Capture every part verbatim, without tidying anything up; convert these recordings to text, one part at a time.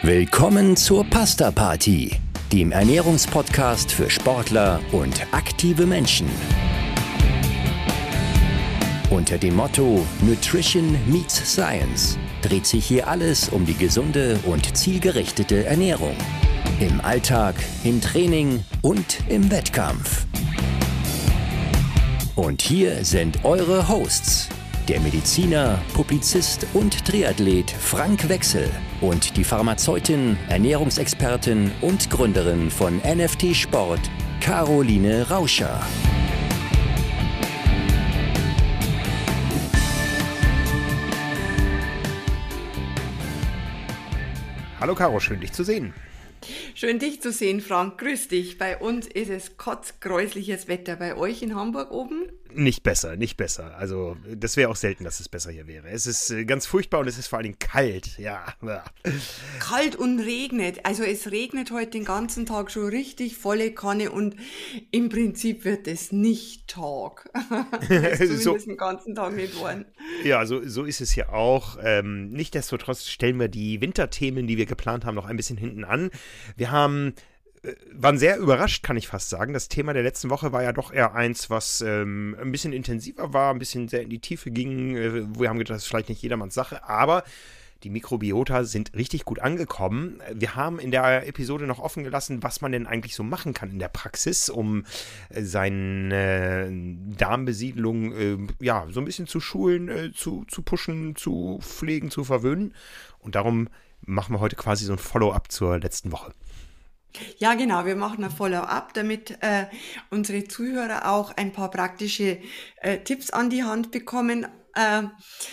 Willkommen zur Pasta Party, dem Ernährungspodcast für Sportler und aktive Menschen. Unter dem Motto Nutrition meets Science dreht sich hier alles um die gesunde und zielgerichtete Ernährung. Im Alltag, im Training und im Wettkampf. Und hier sind eure Hosts, der Mediziner, Publizist und Triathlet Frank Wechsel und die Pharmazeutin, Ernährungsexpertin und Gründerin von N F T Sport, Caroline Rauscher. Hallo Caro, schön dich zu sehen. Schön dich zu sehen, Frank. Grüß dich. Bei uns ist es kotzgräusliches Wetter. Bei euch in Hamburg oben? Nicht besser, nicht besser. Also das wäre auch selten, dass es besser hier wäre. Es ist äh, ganz furchtbar und es ist vor allen Dingen kalt. Ja. ja. Kalt und regnet. Also es regnet heute den ganzen Tag schon richtig volle Kanne und im Prinzip wird es nicht Tag. Es ist zumindest so, den ganzen Tag nicht warm. Ja, so, so ist es hier auch. Ähm, nichtsdestotrotz stellen wir die Winterthemen, die wir geplant haben, noch ein bisschen hinten an. Wir haben waren sehr überrascht, kann ich fast sagen. Das Thema der letzten Woche war ja doch eher eins, was ähm, ein bisschen intensiver war, ein bisschen sehr in die Tiefe ging. Wir haben gedacht, das ist vielleicht nicht jedermanns Sache, aber die Mikrobiota sind richtig gut angekommen. Wir haben in der Episode noch offen gelassen, was man denn eigentlich so machen kann in der Praxis, um seine Darmbesiedlung äh, ja, so ein bisschen zu schulen, äh, zu, zu pushen, zu pflegen, zu verwöhnen. Und darum machen wir heute quasi so ein Follow-up zur letzten Woche. Ja, genau. Wir machen ein Follow-up, damit äh, unsere Zuhörer auch ein paar praktische äh, Tipps an die Hand bekommen. Äh,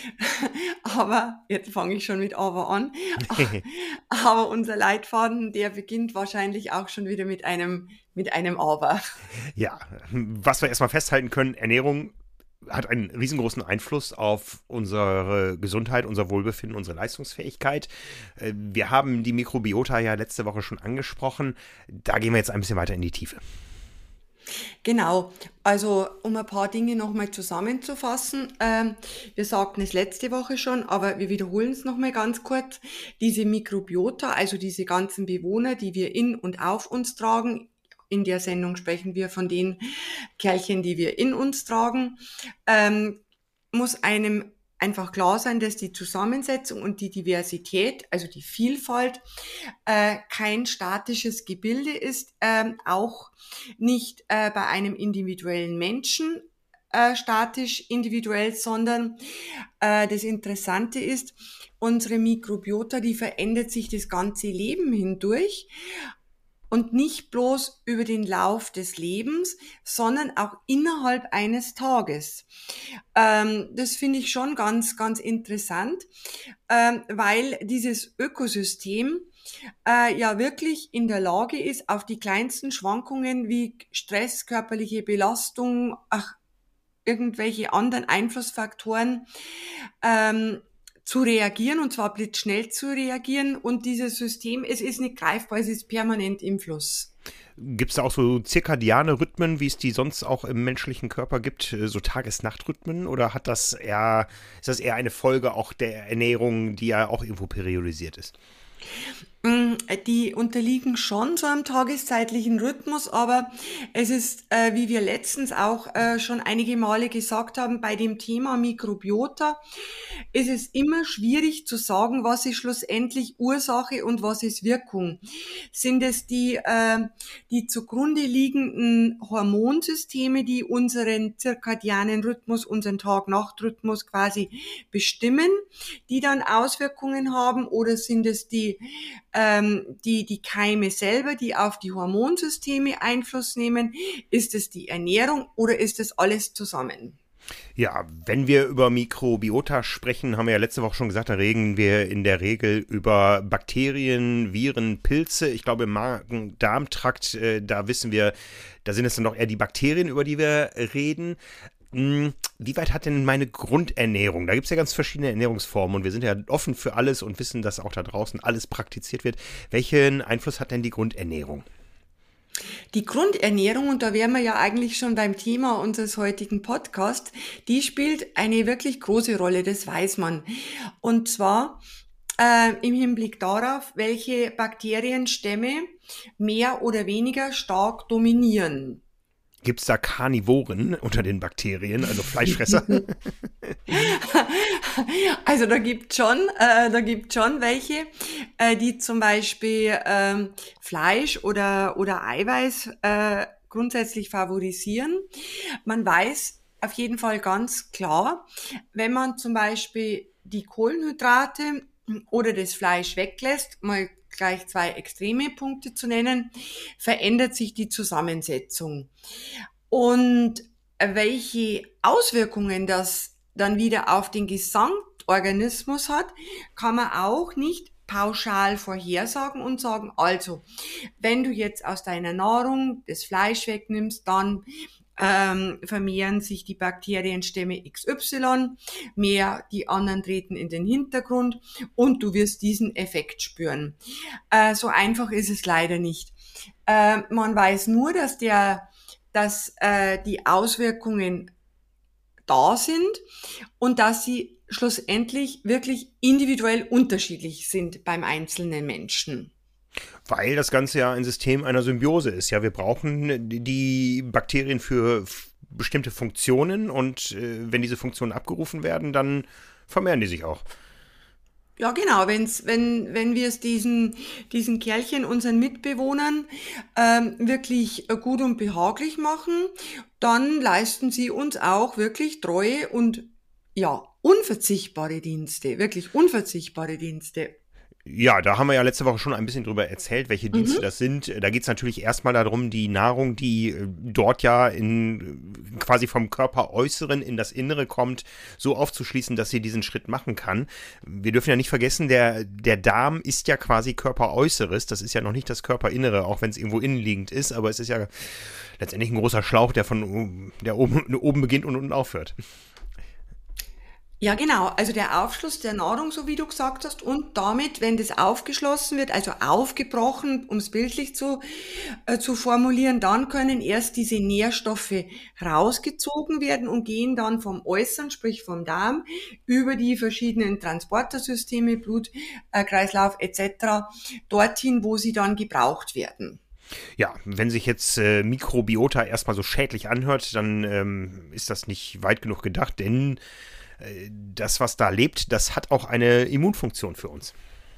aber, jetzt fange ich schon mit aber an. Aber unser Leitfaden, der beginnt wahrscheinlich auch schon wieder mit einem, mit einem Aber. Ja, was wir erstmal festhalten können, Ernährung hat einen riesengroßen Einfluss auf unsere Gesundheit, unser Wohlbefinden, unsere Leistungsfähigkeit. Wir haben die Mikrobiota ja letzte Woche schon angesprochen. Da gehen wir jetzt ein bisschen weiter in die Tiefe. Genau, also um ein paar Dinge nochmal zusammenzufassen. Ähm, wir sagten es letzte Woche schon, aber wir wiederholen es nochmal ganz kurz. Diese Mikrobiota, also diese ganzen Bewohner, die wir in und auf uns tragen, in der Sendung sprechen wir von den Kerlchen, die wir in uns tragen, ähm, muss einem einfach klar sein, dass die Zusammensetzung und die Diversität, also die Vielfalt, äh, kein statisches Gebilde ist, äh, auch nicht äh, bei einem individuellen Menschen äh, statisch individuell, sondern äh, das Interessante ist, unsere Mikrobiota, die verändert sich das ganze Leben hindurch. Und nicht bloß über den Lauf des Lebens, sondern auch innerhalb eines Tages. Ähm, das finde ich schon ganz, ganz interessant, ähm, weil dieses Ökosystem äh, ja wirklich in der Lage ist, auf die kleinsten Schwankungen wie Stress, körperliche Belastung, ach, irgendwelche anderen Einflussfaktoren ähm, zu reagieren, und zwar blitzschnell zu reagieren. Und dieses System, es ist nicht greifbar, es ist permanent im Fluss. Gibt es da auch so zirkadiane Rhythmen, wie es die sonst auch im menschlichen Körper gibt, so Tages-Nacht-Rhythmen? Oder hat das eher, ist das eher eine Folge auch der Ernährung, die ja auch irgendwo periodisiert ist? Die unterliegen schon so einem tageszeitlichen Rhythmus, aber es ist, äh, wie wir letztens auch äh, schon einige Male gesagt haben, bei dem Thema Mikrobiota ist es immer schwierig zu sagen, was ist schlussendlich Ursache und was ist Wirkung. Sind es die, äh, die zugrunde liegenden Hormonsysteme, die unseren zirkadianen Rhythmus, unseren Tag-Nacht-Rhythmus quasi bestimmen, die dann Auswirkungen haben, oder sind es die Ähm, die, die Keime selber, die auf die Hormonsysteme Einfluss nehmen? Ist es die Ernährung oder ist es alles zusammen? Ja, wenn wir über Mikrobiota sprechen, haben wir ja letzte Woche schon gesagt, da reden wir in der Regel über Bakterien, Viren, Pilze. Ich glaube, im Magen-Darm-Trakt, äh, da wissen wir, da sind es dann doch eher die Bakterien, über die wir reden. Wie weit hat denn meine Grundernährung? Da gibt es ja ganz verschiedene Ernährungsformen und wir sind ja offen für alles und wissen, dass auch da draußen alles praktiziert wird. Welchen Einfluss hat denn die Grundernährung? Die Grundernährung, und da wären wir ja eigentlich schon beim Thema unseres heutigen Podcasts, die spielt eine wirklich große Rolle, das weiß man. Und zwar äh, im Hinblick darauf, welche Bakterienstämme mehr oder weniger stark dominieren. Gibt es da Karnivoren unter den Bakterien, also Fleischfresser? Also da gibt schon, äh, da gibt schon welche, äh, die zum Beispiel ähm, Fleisch oder oder Eiweiß äh, grundsätzlich favorisieren. Man weiß auf jeden Fall ganz klar, wenn man zum Beispiel die Kohlenhydrate oder das Fleisch weglässt, mal gleich zwei extreme Punkte zu nennen, verändert sich die Zusammensetzung. Und welche Auswirkungen das dann wieder auf den Gesamtorganismus hat, kann man auch nicht pauschal vorhersagen und sagen, also, wenn du jetzt aus deiner Nahrung das Fleisch wegnimmst, dann ähm, vermehren sich die Bakterienstämme X Y, mehr die anderen treten in den Hintergrund und du wirst diesen Effekt spüren. Äh, so einfach ist es leider nicht. Äh, man weiß nur, dass der, dass äh, die Auswirkungen da sind und dass sie schlussendlich wirklich individuell unterschiedlich sind beim einzelnen Menschen. Weil das Ganze ja ein System einer Symbiose ist. Ja, wir brauchen die Bakterien für bestimmte Funktionen und äh, wenn diese Funktionen abgerufen werden, dann vermehren die sich auch. Ja, genau. Wenn's, wenn, wenn wir es diesen, diesen Kerlchen, unseren Mitbewohnern, ähm, wirklich gut und behaglich machen, dann leisten sie uns auch wirklich treue und, ja, unverzichtbare Dienste. Wirklich unverzichtbare Dienste. Ja, da haben wir ja letzte Woche schon ein bisschen drüber erzählt, welche Dienste mhm. das sind. Da geht es natürlich erstmal darum, die Nahrung, die dort ja in quasi vom Körperäußeren in das Innere kommt, so aufzuschließen, dass sie diesen Schritt machen kann. Wir dürfen ja nicht vergessen, der, der Darm ist ja quasi Körperäußeres. Das ist ja noch nicht das Körperinnere, auch wenn es irgendwo innenliegend ist. Aber es ist ja letztendlich ein großer Schlauch, der von der oben, oben beginnt und unten aufhört. Ja, genau. Also der Aufschluss der Nahrung, so wie du gesagt hast, und damit, wenn das aufgeschlossen wird, also aufgebrochen, um es bildlich zu, äh, zu formulieren, dann können erst diese Nährstoffe rausgezogen werden und gehen dann vom Äußeren, sprich vom Darm, über die verschiedenen Transportersysteme, Blut, äh, Kreislauf et cetera, dorthin, wo sie dann gebraucht werden. Ja, wenn sich jetzt äh, Mikrobiota erstmal so schädlich anhört, dann ähm, ist das nicht weit genug gedacht, denn das, was da lebt, das hat auch eine Immunfunktion für uns.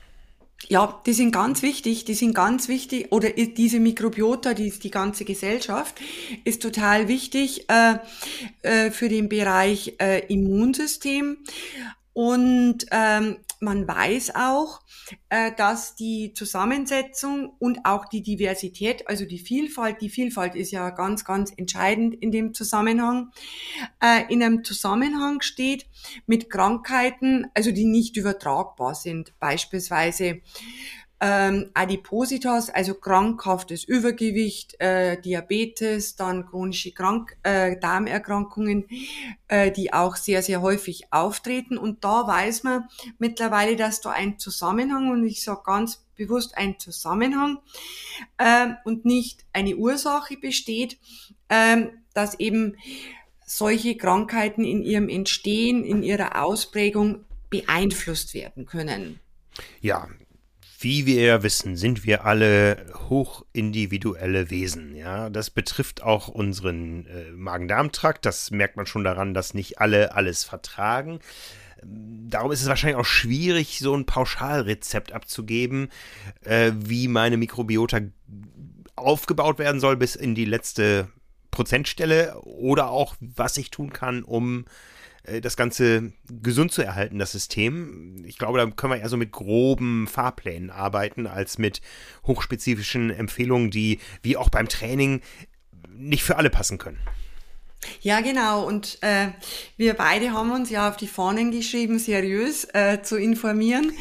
Ja, die sind ganz wichtig, die sind ganz wichtig, oder diese Mikrobiota, die, die ganze Gesellschaft, ist total wichtig äh, äh, für den Bereich äh, Immunsystem. Und ähm, man weiß auch, äh, dass die Zusammensetzung und auch die Diversität, also die Vielfalt, die Vielfalt ist ja ganz, ganz entscheidend in dem Zusammenhang, äh, in einem Zusammenhang steht mit Krankheiten, also die nicht übertragbar sind. Beispielsweise ähm, Adipositas, also krankhaftes Übergewicht, äh, Diabetes, dann chronische Krank äh, Darmerkrankungen, äh, die auch sehr, sehr häufig auftreten. Und da weiß man mittlerweile, dass da ein Zusammenhang, und ich sage ganz bewusst ein Zusammenhang äh, und nicht eine Ursache besteht, äh, dass eben solche Krankheiten in ihrem Entstehen, in ihrer Ausprägung beeinflusst werden können. Ja, wie wir ja wissen, sind wir alle hochindividuelle Wesen. Ja, das betrifft auch unseren äh, Magen-Darm-Trakt. Das merkt man schon daran, dass nicht alle alles vertragen. Darum ist es wahrscheinlich auch schwierig, so ein Pauschalrezept abzugeben, äh, wie meine Mikrobiota aufgebaut werden soll bis in die letzte Prozentstelle oder auch, was ich tun kann, um das Ganze gesund zu erhalten, das System. Ich glaube, da können wir eher so mit groben Fahrplänen arbeiten, als mit hochspezifischen Empfehlungen, die wie auch beim Training nicht für alle passen können. Ja, genau. Und äh, wir beide haben uns ja auf die Fahnen geschrieben, seriös äh, zu informieren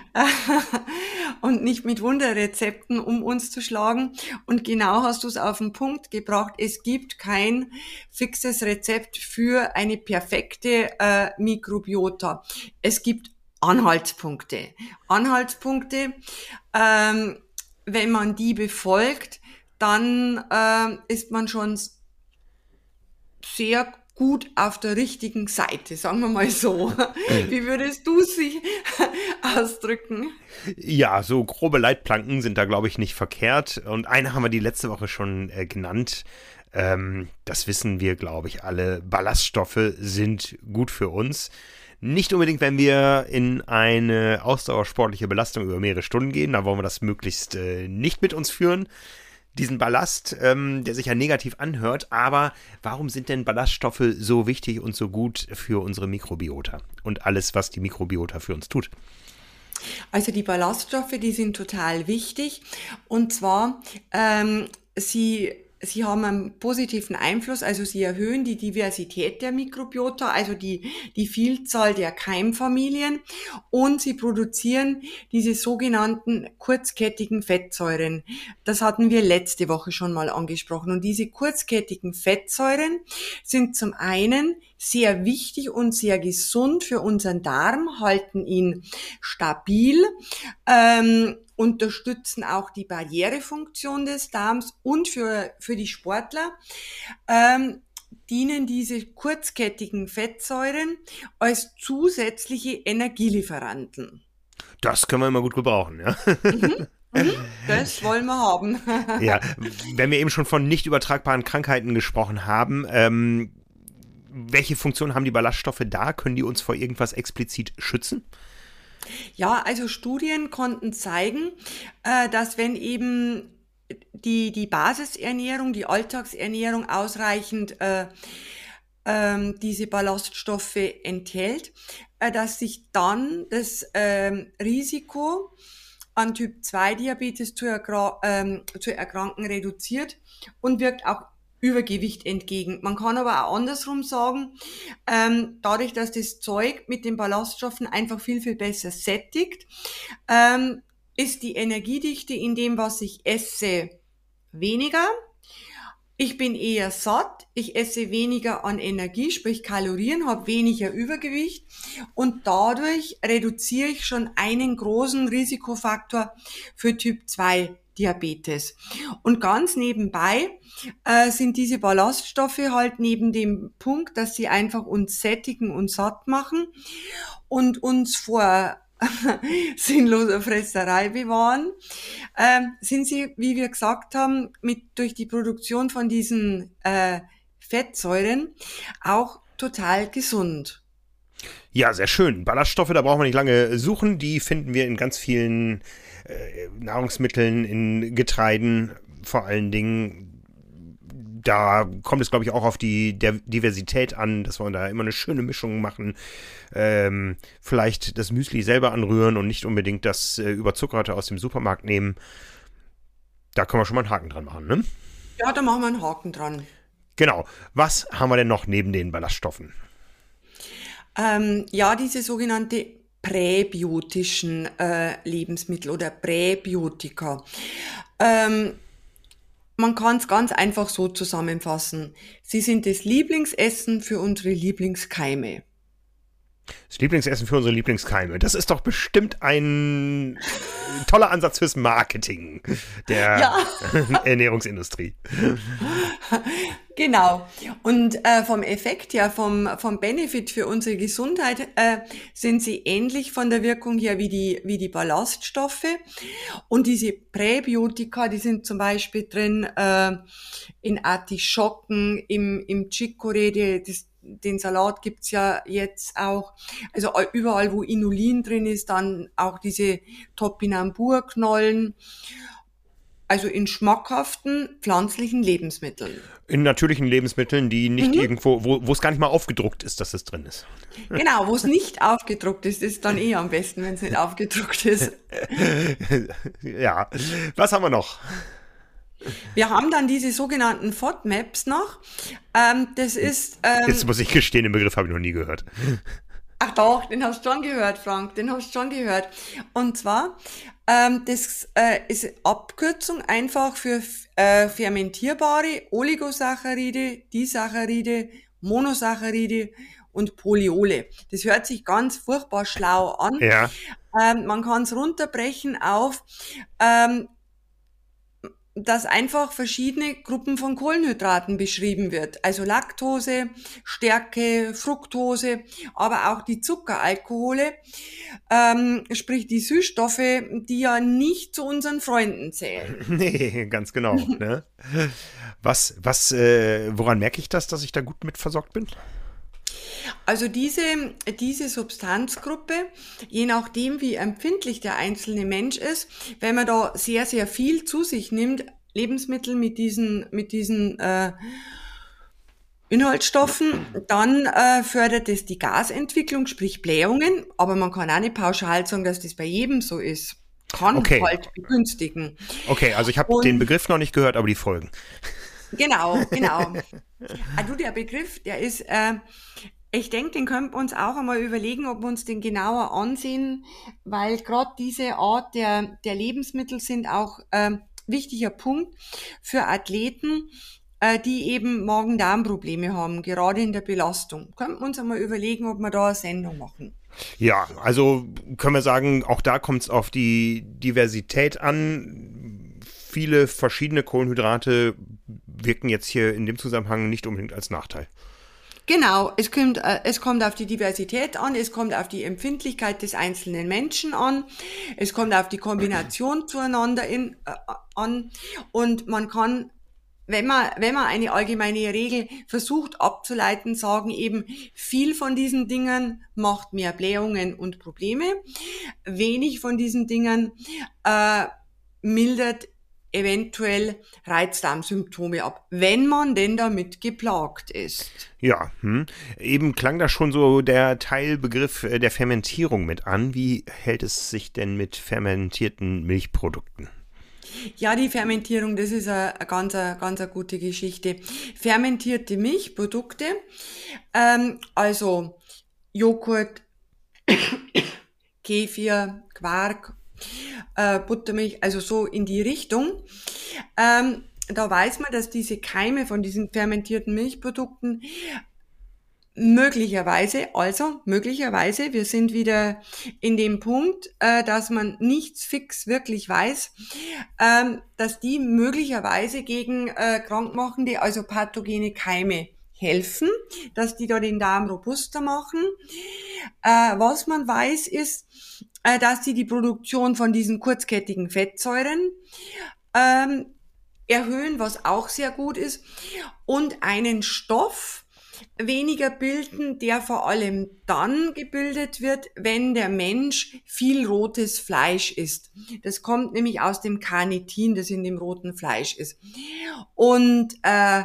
und nicht mit Wunderrezepten um uns zu schlagen. Und genau hast du es auf den Punkt gebracht. Es gibt kein fixes Rezept für eine perfekte äh, Mikrobiota. Es gibt Anhaltspunkte. Anhaltspunkte, ähm, wenn man die befolgt, dann äh, ist man schon sehr gut auf der richtigen Seite, sagen wir mal so. Wie würdest du sie ausdrücken? Ja, so grobe Leitplanken sind da, glaube ich, nicht verkehrt. Und eine haben wir die letzte Woche schon äh, genannt. Ähm, das wissen wir, glaube ich, alle. Ballaststoffe sind gut für uns. Nicht unbedingt, wenn wir in eine ausdauersportliche Belastung über mehrere Stunden gehen. Da wollen wir das möglichst äh, nicht mit uns führen. Diesen Ballast, ähm, der sich ja negativ anhört. Aber warum sind denn Ballaststoffe so wichtig und so gut für unsere Mikrobiota? Und alles, was die Mikrobiota für uns tut? Also die Ballaststoffe, die sind total wichtig. Und zwar, ähm, sie Sie haben einen positiven Einfluss, also sie erhöhen die Diversität der Mikrobiota, also die, die Vielzahl der Keimfamilien, und sie produzieren diese sogenannten kurzkettigen Fettsäuren. Das hatten wir letzte Woche schon mal angesprochen. Und diese kurzkettigen Fettsäuren sind zum einen sehr wichtig und sehr gesund für unseren Darm, halten ihn stabil, ähm, unterstützen auch die Barrierefunktion des Darms, und für, für die Sportler ähm, dienen diese kurzkettigen Fettsäuren als zusätzliche Energielieferanten. Das können wir immer gut gebrauchen, ja. Mhm. Mhm, das wollen wir haben. Ja, wenn wir eben schon von nicht übertragbaren Krankheiten gesprochen haben, ähm, welche Funktion haben die Ballaststoffe da? Können die uns vor irgendwas explizit schützen? Ja, also Studien konnten zeigen, äh, dass wenn eben die, die Basisernährung, die Alltagsernährung ausreichend äh, ähm, diese Ballaststoffe enthält, äh, dass sich dann das ähm, Risiko an Typ zwei Diabetes zu, ergra- ähm, zu erkranken reduziert und wirkt auch Übergewicht entgegen. Man kann aber auch andersrum sagen, ähm, dadurch, dass das Zeug mit den Ballaststoffen einfach viel, viel besser sättigt, ähm, ist die Energiedichte in dem, was ich esse, weniger. Ich bin eher satt, ich esse weniger an Energie, sprich Kalorien, habe weniger Übergewicht, und dadurch reduziere ich schon einen großen Risikofaktor für Typ zwei Diabetes. Und ganz nebenbei äh, sind diese Ballaststoffe halt neben dem Punkt, dass sie einfach uns sättigen und satt machen und uns vor sinnloser Fresserei bewahren, ähm, sind sie, wie wir gesagt haben, mit durch die Produktion von diesen äh, Fettsäuren auch total gesund. Ja, sehr schön. Ballaststoffe, da brauchen wir nicht lange suchen. Die finden wir in ganz vielen äh, Nahrungsmitteln, in Getreiden vor allen Dingen. Da kommt es, glaube ich, auch auf die der Diversität an, dass wir da immer eine schöne Mischung machen. Ähm, vielleicht das Müsli selber anrühren und nicht unbedingt das äh, Überzuckerte aus dem Supermarkt nehmen. Da können wir schon mal einen Haken dran machen, ne? Ja, da machen wir einen Haken dran. Genau. Was haben wir denn noch neben den Ballaststoffen? Ähm, ja, diese sogenannte präbiotischen äh, Lebensmittel oder Präbiotika. Ähm, Man kann es ganz einfach so zusammenfassen. Sie sind das Lieblingsessen für unsere Lieblingskeime. Das Lieblingsessen für unsere Lieblingskeime. Das ist doch bestimmt ein toller Ansatz fürs Marketing der Ja. Ernährungsindustrie. Genau. Und äh, vom Effekt her, vom, vom Benefit für unsere Gesundheit äh, sind sie ähnlich von der Wirkung her wie die, wie die Ballaststoffe. Und diese Präbiotika, die sind zum Beispiel drin äh, in Artischocken, im, im Chicorée, die, das, den Salat gibt's ja jetzt auch. Also überall, wo Inulin drin ist, dann auch diese Topinambur-Knollen. Also in schmackhaften pflanzlichen Lebensmitteln. In natürlichen Lebensmitteln, die nicht Mhm. irgendwo, wo, wo es gar nicht mal aufgedruckt ist, dass es drin ist. Genau, wo es nicht aufgedruckt ist, ist dann eh am besten, wenn es nicht aufgedruckt ist. Ja. Was haben wir noch? Wir haben dann diese sogenannten FODMAPs noch. Ähm, das ist, ähm, Jetzt muss ich gestehen, den Begriff habe ich noch nie gehört. ach doch, den hast du schon gehört, Frank, den hast du schon gehört. Und zwar, ähm, das äh, ist Abkürzung einfach für äh, fermentierbare Oligosaccharide, Disaccharide, Monosaccharide und Polyole. Das hört sich ganz furchtbar schlau an. Ja. Ähm, man kann es runterbrechen auf, ähm, dass einfach verschiedene Gruppen von Kohlenhydraten beschrieben wird. Also Laktose, Stärke, Fructose, aber auch die Zuckeralkohole, ähm, sprich die Süßstoffe, die ja nicht zu unseren Freunden zählen. Nee, ganz genau. Ne? Was, was, äh, woran merke ich das, dass ich da gut mit versorgt bin? Also diese, diese Substanzgruppe, je nachdem, wie empfindlich der einzelne Mensch ist, wenn man da sehr, sehr viel zu sich nimmt, Lebensmittel mit diesen, mit diesen äh, Inhaltsstoffen, dann äh, fördert es die Gasentwicklung, sprich Blähungen, aber man kann auch nicht pauschal sagen, dass das bei jedem so ist. Kann Okay. halt begünstigen. Okay, also ich habe Und- den Begriff noch nicht gehört, aber die Folgen. Genau, genau. Ah, du, der Begriff, der ist, äh, ich denke, den könnten wir uns auch einmal überlegen, ob wir uns den genauer ansehen, weil gerade diese Art der, der Lebensmittel sind auch äh, wichtiger Punkt für Athleten, äh, die eben Magen-Darm-Probleme haben, gerade in der Belastung. Könnten wir uns einmal überlegen, ob wir da eine Sendung machen. Ja, also können wir sagen, auch da kommt es auf die Diversität an. Viele verschiedene Kohlenhydrate wirken jetzt hier in dem Zusammenhang nicht unbedingt als Nachteil. Genau, es kommt, äh, es kommt auf die Diversität an, es kommt auf die Empfindlichkeit des einzelnen Menschen an, es kommt auf die Kombination zueinander in, äh, an und man kann, wenn man, wenn man eine allgemeine Regel versucht abzuleiten, sagen eben, viel von diesen Dingen macht mehr Blähungen und Probleme, wenig von diesen Dingen äh, mildert eventuell Reizdarmsymptome ab, wenn man denn damit geplagt ist. Ja, hm. Eben klang da schon so der Teilbegriff äh, der Fermentierung mit an. Wie hält es sich denn mit fermentierten Milchprodukten? Ja, die Fermentierung, das ist eine, eine ganz, eine, ganz eine gute Geschichte. Fermentierte Milchprodukte, ähm, also Joghurt, Kefir, Quark, äh, Buttermilch, also so in die Richtung. Ähm, da weiß man, dass diese Keime von diesen fermentierten Milchprodukten möglicherweise, also möglicherweise, wir sind wieder in dem Punkt, äh, dass man nichts fix wirklich weiß, ähm, dass die möglicherweise gegen äh, krankmachende, also pathogene Keime helfen, dass die da den Darm robuster machen. Äh, was man weiß ist, äh, dass sie die Produktion von diesen kurzkettigen Fettsäuren ähm, erhöhen, was auch sehr gut ist, und einen Stoff weniger bilden, der vor allem dann gebildet wird, wenn der Mensch viel rotes Fleisch isst. Das kommt nämlich aus dem Carnitin, das in dem roten Fleisch ist. Und äh,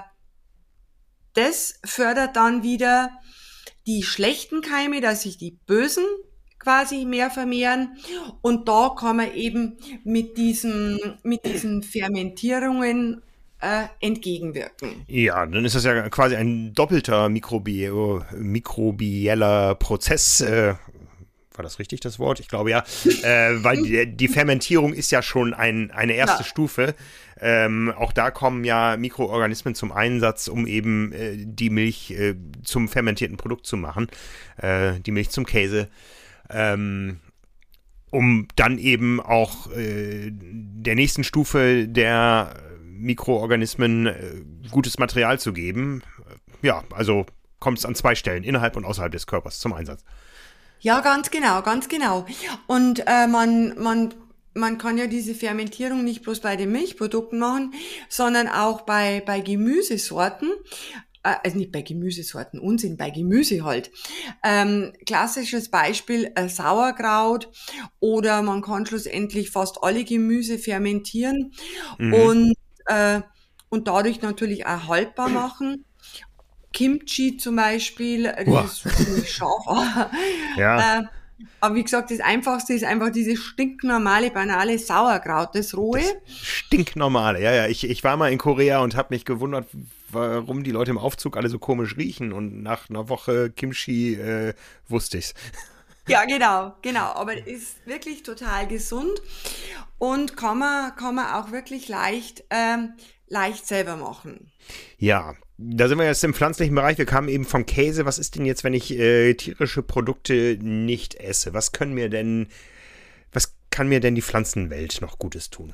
das fördert dann wieder die schlechten Keime, dass sich die bösen quasi mehr vermehren. Und da kann man eben mit diesen, mit diesen Fermentierungen äh, entgegenwirken. Ja, dann ist das ja quasi ein doppelter Mikrobi mikrobieller Prozess. Äh, war das richtig, das Wort? Ich glaube ja. äh, weil die, die Fermentierung ist ja schon ein, eine erste ja. Stufe. Ähm, auch da kommen ja Mikroorganismen zum Einsatz, um eben äh, die Milch äh, zum fermentierten Produkt zu machen. Äh, die Milch zum Käse. Ähm, um dann eben auch äh, der nächsten Stufe der Mikroorganismen äh, gutes Material zu geben. Ja, also kommt es an zwei Stellen, innerhalb und außerhalb des Körpers, zum Einsatz. Ja, ganz genau, ganz genau. Und äh, man, man, man kann ja diese Fermentierung nicht bloß bei den Milchprodukten machen, sondern auch bei, bei Gemüsesorten. Also nicht bei Gemüsesorten, Unsinn, bei Gemüse halt. Ähm, klassisches Beispiel äh, Sauerkraut, oder man kann schlussendlich fast alle Gemüse fermentieren mhm. und, äh, und dadurch natürlich auch haltbar machen. Kimchi zum Beispiel, das wow. ist ziemlich scharf. Ja. Äh, aber wie gesagt, das Einfachste ist einfach dieses stinknormale, banale Sauerkraut, das rohe. Das stinknormale, ja, ja. Ich, ich war mal in Korea und habe mich gewundert, warum die Leute im Aufzug alle so komisch riechen. Und nach einer Woche Kimchi äh, wusste ich's. Ja, genau, genau. Aber ist wirklich total gesund und kann man, kann man auch wirklich leicht, ähm, leicht selber machen. Ja, da sind wir jetzt im pflanzlichen Bereich. Wir kamen eben vom Käse. Was ist denn jetzt, wenn ich äh, tierische Produkte nicht esse? Was können mir denn, was kann mir denn die Pflanzenwelt noch Gutes tun?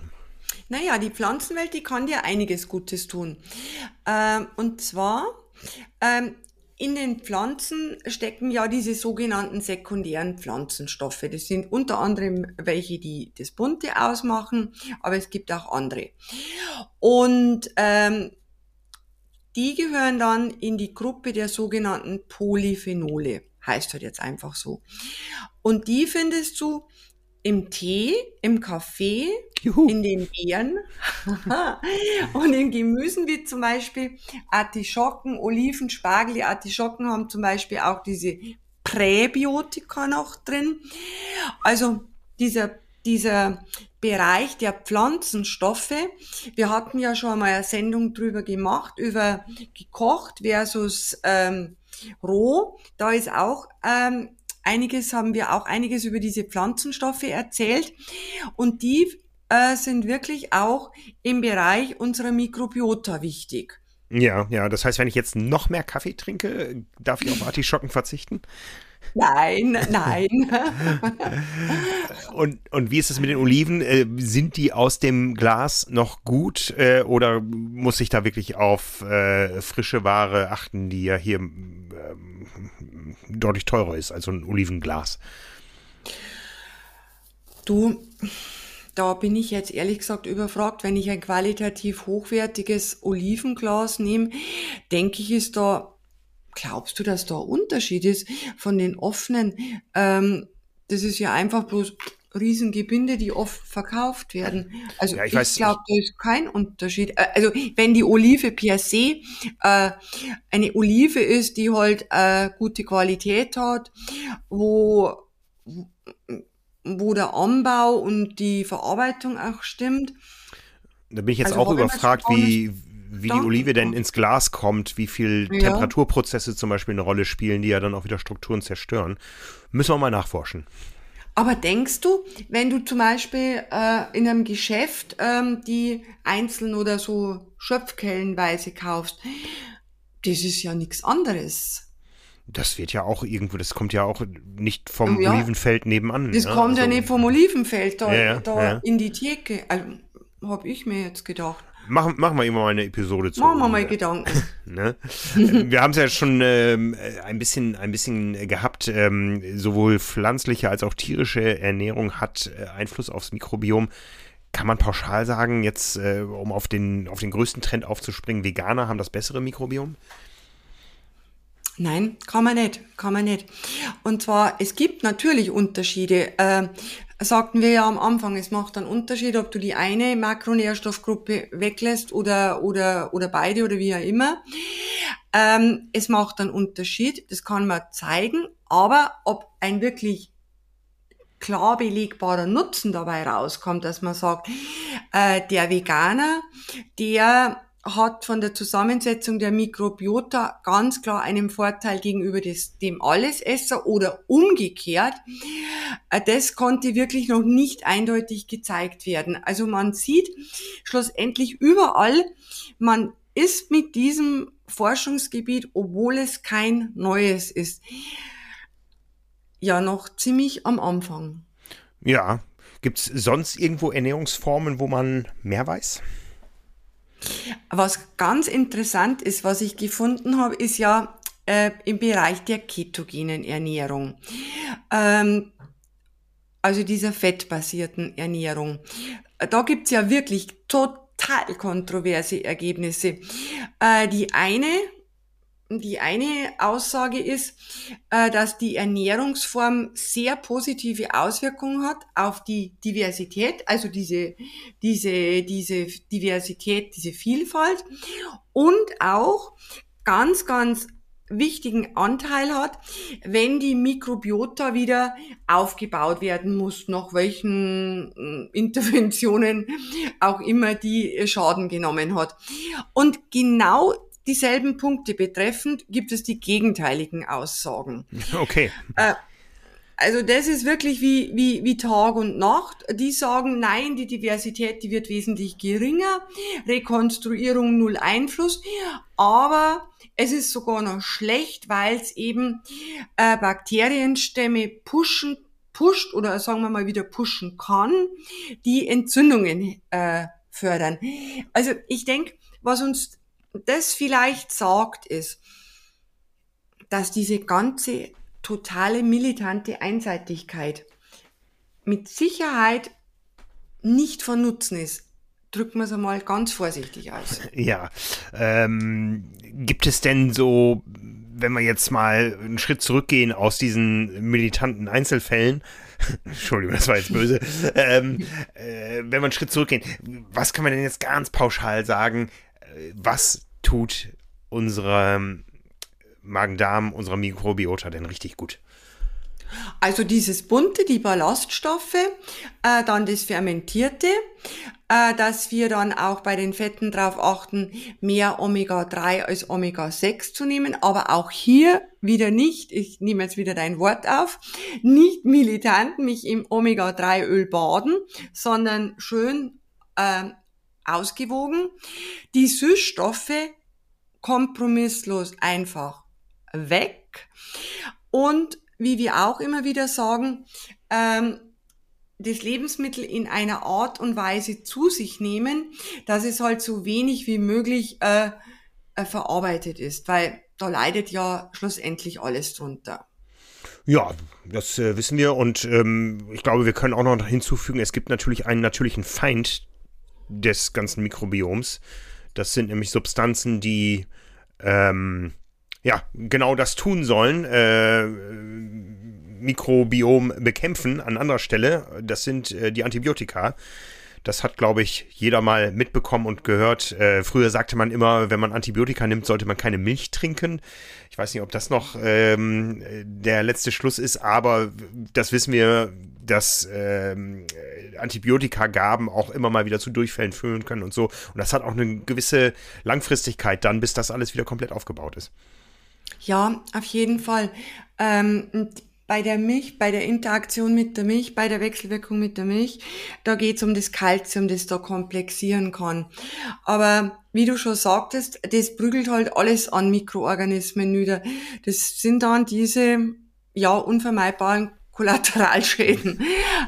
Naja, die Pflanzenwelt, die kann dir einiges Gutes tun. Ähm, und zwar, ähm, in den Pflanzen stecken ja diese sogenannten sekundären Pflanzenstoffe. Das sind unter anderem welche, die das Bunte ausmachen, aber es gibt auch andere. Und ähm, die gehören dann in die Gruppe der sogenannten Polyphenole. Heißt halt jetzt einfach so. Und die findest du im Tee, im Kaffee, Juhu. in den Beeren und in Gemüsen wie zum Beispiel Artischocken, Oliven, Spargel. Die Artischocken haben zum Beispiel auch diese Präbiotika noch drin. Also dieser, dieser Bereich der Pflanzenstoffe. Wir hatten ja schon mal eine Sendung drüber gemacht, über gekocht versus ähm, roh. Da ist auch ähm, einiges, haben wir auch einiges über diese Pflanzenstoffe erzählt. Und die äh, sind wirklich auch im Bereich unserer Mikrobiota wichtig. Ja, ja, das heißt, wenn ich jetzt noch mehr Kaffee trinke, darf ich auf Artischocken verzichten? Nein, nein. Und, und wie ist es mit den Oliven? Äh, sind die aus dem Glas noch gut äh, oder muss ich da wirklich auf äh, frische Ware achten, die ja hier ähm, deutlich teurer ist als so ein Olivenglas? Du, da bin ich jetzt ehrlich gesagt überfragt. Wenn ich ein qualitativ hochwertiges Olivenglas nehme, denke ich, ist da, glaubst du, dass da ein Unterschied ist von den offenen? Ähm, das ist ja einfach bloß Riesengebinde, die oft verkauft werden. Also Ja, ich ich, weiß, glaube, da ist kein Unterschied. Äh, Also wenn die Olive per se äh, eine Olive ist, die halt äh, gute Qualität hat, wo wo der Anbau und die Verarbeitung auch stimmt. Da bin ich jetzt Also auch habe ich mir überfragt, schon gar wie, wie die Gedanken Olive denn gemacht. ins Glas kommt, wie viel Ja. Temperaturprozesse zum Beispiel eine Rolle spielen, die ja dann auch wieder Strukturen zerstören. Müssen wir mal nachforschen. Aber denkst du, wenn du zum Beispiel äh, in einem Geschäft ähm, die einzeln oder so schöpfkellenweise kaufst, das ist ja nichts anderes. Das wird ja auch irgendwo, das kommt ja auch nicht vom Ja, Olivenfeld nebenan. das Ja? kommt ja Also, nicht vom Olivenfeld da, ja, ja, da ja. in die Theke. Also, habe ich mir jetzt gedacht. Machen, machen wir immer mal eine Episode zu. Machen wir mal Gedanken. Ne? Wir haben es ja schon ähm, ein bisschen, ein bisschen gehabt. Ähm, sowohl pflanzliche als auch tierische Ernährung hat äh, Einfluss aufs Mikrobiom. Kann man pauschal sagen, jetzt, äh, um auf den, auf den größten Trend aufzuspringen, Veganer haben das bessere Mikrobiom? Nein, kann man nicht, kann man nicht. Und zwar, es gibt natürlich Unterschiede. Äh, sagten wir ja am Anfang, es macht einen Unterschied, ob du die eine Makronährstoffgruppe weglässt oder oder oder beide oder wie auch immer. Ähm, es macht einen Unterschied, das kann man zeigen, aber ob ein wirklich klar belegbarer Nutzen dabei rauskommt, dass man sagt, äh, der Veganer, der hat von der Zusammensetzung der Mikrobiota ganz klar einen Vorteil gegenüber des, dem Allesesser oder umgekehrt. Äh, Das konnte wirklich noch nicht eindeutig gezeigt werden. Also man sieht schlussendlich überall, man ist mit diesem Forschungsgebiet, obwohl es kein neues ist, ja noch ziemlich am Anfang. Ja. Gibt es sonst irgendwo Ernährungsformen, wo man mehr weiß? Was ganz interessant ist, was ich gefunden habe, ist ja äh, im Bereich der ketogenen Ernährung, ähm, also dieser fettbasierten Ernährung. Da gibt's ja wirklich total kontroverse Ergebnisse. Äh, die eine Die eine Aussage ist, äh, dass die Ernährungsform sehr positive Auswirkungen hat auf die Diversität, also diese, diese, diese Diversität, diese Vielfalt und auch ganz, ganz wichtigen Anteil hat, wenn die Mikrobiota wieder aufgebaut werden muss, nach welchen äh, Interventionen auch immer die Schaden genommen hat. Und genau dieselben Punkte betreffend gibt es die gegenteiligen Aussagen. Okay. Äh, also das ist wirklich wie, wie, wie Tag und Nacht. Die sagen, nein, die Diversität, die wird wesentlich geringer, Rekonstruierung null Einfluss, aber es ist sogar noch schlecht, weil es eben äh, Bakterienstämme pushen, pusht oder sagen wir mal wieder pushen kann, die Entzündungen äh, fördern. Also ich denke, was uns das vielleicht sagt, ist, dass diese ganze totale militante Einseitigkeit mit Sicherheit nicht von Nutzen ist. Drücken wir es einmal ganz vorsichtig aus. Ja, ähm, gibt es denn so, wenn wir jetzt mal einen Schritt zurückgehen aus diesen militanten Einzelfällen, Entschuldigung, das war jetzt böse, ähm, äh, wenn wir einen Schritt zurückgehen, was kann man denn jetzt ganz pauschal sagen, was tut unserem Magen-Darm, unserer Mikrobiota denn richtig gut? Also dieses Bunte, die Ballaststoffe, äh, dann das Fermentierte, äh, dass wir dann auch bei den Fetten darauf achten, mehr Omega drei als Omega sechs zu nehmen, aber auch hier wieder nicht, ich nehme jetzt wieder dein Wort auf, nicht militant mich im Omega drei Öl baden, sondern schön äh, ausgewogen. Die Süßstoffe kompromisslos einfach weg und wie wir auch immer wieder sagen, ähm, das Lebensmittel in einer Art und Weise zu sich nehmen, dass es halt so wenig wie möglich äh, äh, verarbeitet ist, weil da leidet ja schlussendlich alles drunter. Ja, das äh, wissen wir und ähm, ich glaube, wir können auch noch hinzufügen, es gibt natürlich einen natürlichen Feind des ganzen Mikrobioms. Das sind nämlich Substanzen, die ähm, ja, genau das tun sollen, äh, Mikrobiom bekämpfen an anderer Stelle. Das sind äh, die Antibiotika. Das hat, glaube ich, jeder mal mitbekommen und gehört. Äh, früher sagte man immer, wenn man Antibiotika nimmt, sollte man keine Milch trinken. Ich weiß nicht, ob das noch ähm, der letzte Schluss ist, aber das wissen wir, dass ähm, Antibiotikagaben auch immer mal wieder zu Durchfällen führen können und so. Und das hat auch eine gewisse Langfristigkeit dann, bis das alles wieder komplett aufgebaut ist. Ja, auf jeden Fall. Ähm, bei der Milch, bei der Interaktion mit der Milch, bei der Wechselwirkung mit der Milch, da geht's um das Kalzium, das da komplexieren kann. Aber wie du schon sagtest, das prügelt halt alles an Mikroorganismen nieder. Das sind dann diese, ja, unvermeidbaren Kollateralschäden.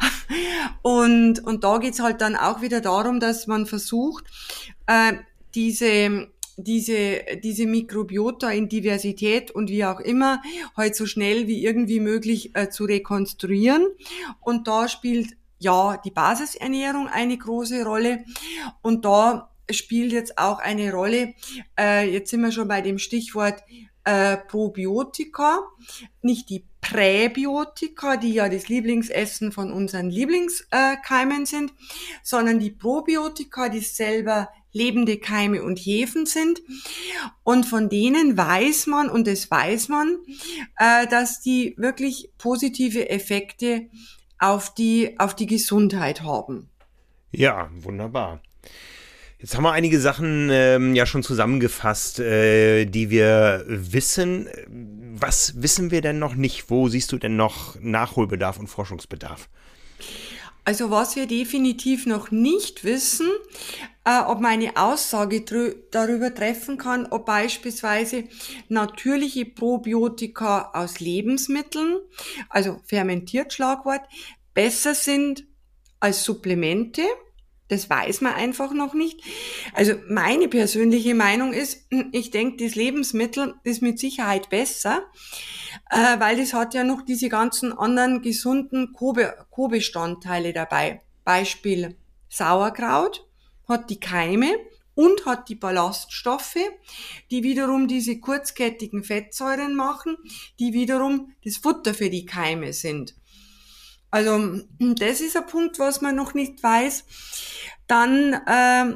Und, und da geht's halt dann auch wieder darum, dass man versucht, äh, diese diese, diese Mikrobiota in Diversität und wie auch immer halt so schnell wie irgendwie möglich äh, zu rekonstruieren. Und da spielt ja die Basisernährung eine große Rolle. Und da spielt jetzt auch eine Rolle, äh, jetzt sind wir schon bei dem Stichwort äh, Probiotika, nicht die Präbiotika, die ja das Lieblingsessen von unseren Lieblingskeimen äh, sind, sondern die Probiotika, die selber lebende Keime und Hefen sind. Und von denen weiß man, und das weiß man, äh, dass die wirklich positive Effekte auf die, auf die Gesundheit haben. Ja, wunderbar. Jetzt haben wir einige Sachen ähm, ja schon zusammengefasst, äh, die wir wissen. Was wissen wir denn noch nicht? Wo siehst du denn noch Nachholbedarf und Forschungsbedarf? Also was wir definitiv noch nicht wissen, äh, ob man eine Aussage drü- darüber treffen kann, ob beispielsweise natürliche Probiotika aus Lebensmitteln, also fermentiert Schlagwort, besser sind als Supplemente. Das weiß man einfach noch nicht. Also meine persönliche Meinung ist, ich denke, das Lebensmittel ist mit Sicherheit besser, äh, weil das hat ja noch diese ganzen anderen gesunden Co-Be- Co-Bestandteile dabei. Beispiel Sauerkraut hat die Keime und hat die Ballaststoffe, die wiederum diese kurzkettigen Fettsäuren machen, die wiederum das Futter für die Keime sind. Also das ist ein Punkt, was man noch nicht weiß. Dann ähm,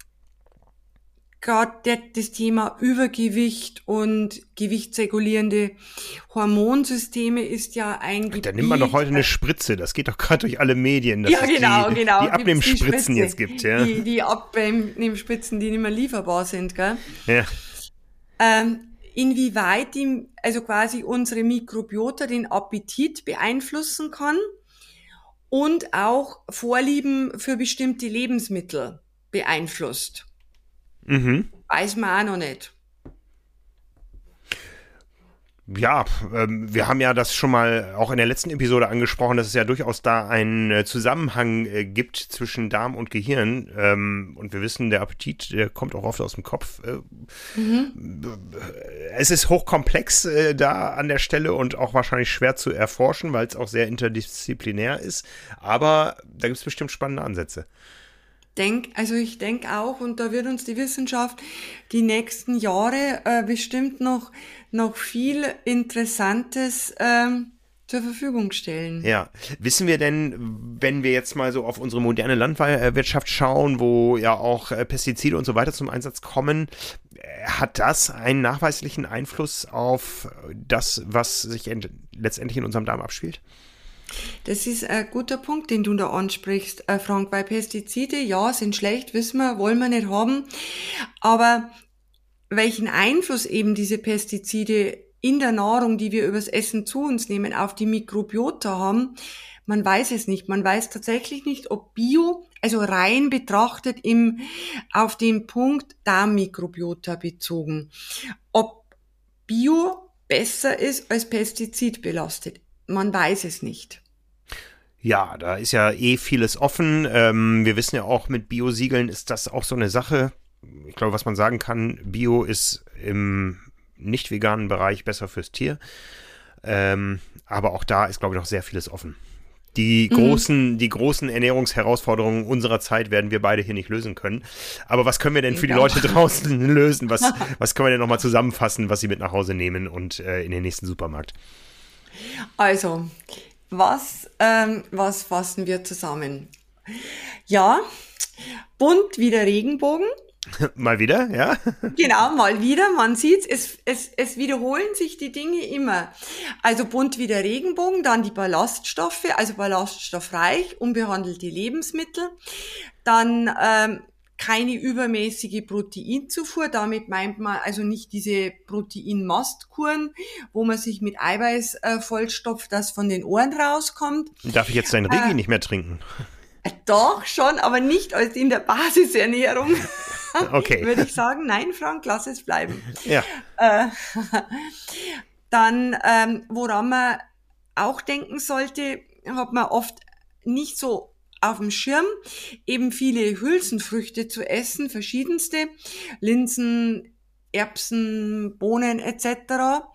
gerade das Thema Übergewicht und gewichtsregulierende Hormonsysteme ist ja ein Gebiet. Da nimmt man doch heute eine Spritze, das geht doch gerade durch alle Medien, dass ja, genau, es die, genau. die Abnehmspritzen die jetzt gibt. Ja, die, die Abnehmspritzen, die nicht mehr lieferbar sind. Gell? Ja. Ähm, inwieweit die, also quasi unsere Mikrobiota den Appetit beeinflussen kann und auch Vorlieben für bestimmte Lebensmittel beeinflusst. Mhm. Weiß man auch noch nicht. Ja, ähm, wir haben ja das schon mal auch in der letzten Episode angesprochen, dass es ja durchaus da einen äh, Zusammenhang äh, gibt zwischen Darm und Gehirn. Ähm, und wir wissen, der Appetit, der kommt auch oft aus dem Kopf. Äh, mhm. Es ist hochkomplex äh, da an der Stelle und auch wahrscheinlich schwer zu erforschen, weil es auch sehr interdisziplinär ist. Aber da gibt es bestimmt spannende Ansätze. Denk, also ich denke auch, und da wird uns die Wissenschaft die nächsten Jahre äh, bestimmt noch, noch viel Interessantes ähm, zur Verfügung stellen. Ja, wissen wir denn, wenn wir jetzt mal so auf unsere moderne Landwirtschaft schauen, wo ja auch äh, Pestizide und so weiter zum Einsatz kommen, äh, hat das einen nachweislichen Einfluss auf das, was sich ent- letztendlich in unserem Darm abspielt? Das ist ein guter Punkt, den du da ansprichst, äh, Frank, weil Pestizide, ja, sind schlecht, wissen wir, wollen wir nicht haben, aber welchen Einfluss eben diese Pestizide in der Nahrung, die wir übers Essen zu uns nehmen, auf die Mikrobiota haben, man weiß es nicht. Man weiß tatsächlich nicht, ob Bio, also rein betrachtet im, auf den Punkt Darmmikrobiota bezogen, ob Bio besser ist als pestizidbelastet. Man weiß es nicht. Ja, da ist ja eh vieles offen. Ähm, wir wissen ja auch, mit Biosiegeln ist das auch so eine Sache. Ich glaube, was man sagen kann, Bio ist im nicht veganen Bereich besser fürs Tier. Ähm, aber auch da ist, glaube ich, noch sehr vieles offen. Die großen, mhm. die großen Ernährungsherausforderungen unserer Zeit werden wir beide hier nicht lösen können. Aber was können wir denn für die Leute draußen lösen? Was, was können wir denn nochmal zusammenfassen, was sie mit nach Hause nehmen und äh, in den nächsten Supermarkt? Also, was, ähm, was fassen wir zusammen? Ja, bunt wie der Regenbogen. Mal wieder, ja? Genau, mal wieder. Man sieht's, es, es, es wiederholen sich die Dinge immer. Also bunt wie der Regenbogen, dann die Ballaststoffe, also ballaststoffreich, unbehandelte Lebensmittel. Dann ähm, keine übermäßige Proteinzufuhr. Damit meint man also nicht diese Proteinmastkuren, wo man sich mit Eiweiß äh, vollstopft, das von den Ohren rauskommt. Darf ich jetzt deinen Regi äh, nicht mehr trinken? Doch, schon, aber nicht als in der Basisernährung. Okay. Würde ich sagen, nein, Frank, lass es bleiben. Ja. Äh, dann, ähm, woran man auch denken sollte, hat man oft nicht so auf dem Schirm, eben viele Hülsenfrüchte zu essen, verschiedenste, Linsen, Erbsen, Bohnen et cetera.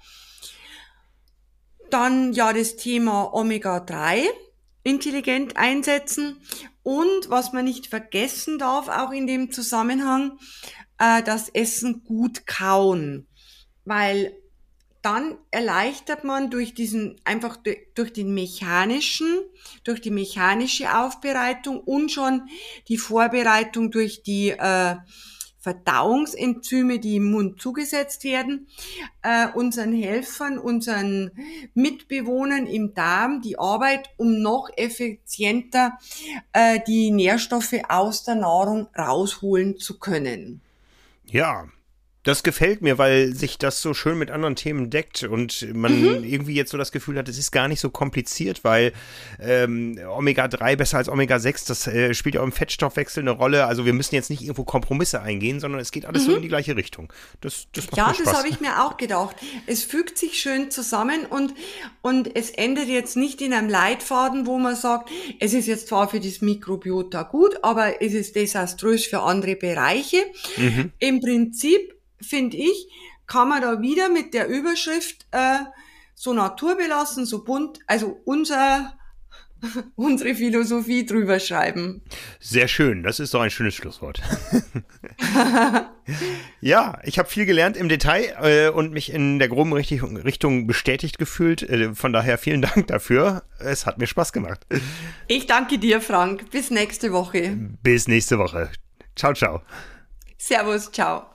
Dann ja das Thema Omega drei. Intelligent einsetzen und was man nicht vergessen darf, auch in dem Zusammenhang, äh, das Essen gut kauen, weil dann erleichtert man durch diesen, einfach durch, durch den mechanischen, durch die mechanische Aufbereitung und schon die Vorbereitung durch die äh, Verdauungsenzyme, die im Mund zugesetzt werden, äh, unseren Helfern, unseren Mitbewohnern im Darm die Arbeit, um noch effizienter äh, die Nährstoffe aus der Nahrung rausholen zu können. Ja, das gefällt mir, weil sich das so schön mit anderen Themen deckt und man mhm. irgendwie jetzt so das Gefühl hat, es ist gar nicht so kompliziert, weil ähm, Omega drei besser als Omega sechs, das äh, spielt ja auch im Fettstoffwechsel eine Rolle. Also wir müssen jetzt nicht irgendwo Kompromisse eingehen, sondern es geht alles mhm. so in die gleiche Richtung. Das, das macht ja, mir Spaß. Das habe ich mir auch gedacht. Es fügt sich schön zusammen und, und es endet jetzt nicht in einem Leitfaden, wo man sagt, es ist jetzt zwar für das Mikrobiota gut, aber es ist desaströs für andere Bereiche. Mhm. Im Prinzip finde ich, kann man da wieder mit der Überschrift äh, so naturbelassen, so bunt, also unser, unsere Philosophie drüber schreiben. Sehr schön, das ist doch ein schönes Schlusswort. Ja, ich habe viel gelernt im Detail äh, und mich in der groben Richtung, Richtung bestätigt gefühlt. Äh, von daher vielen Dank dafür. Es hat mir Spaß gemacht. Ich danke dir, Frank. Bis nächste Woche. Bis nächste Woche. Ciao, ciao. Servus, ciao.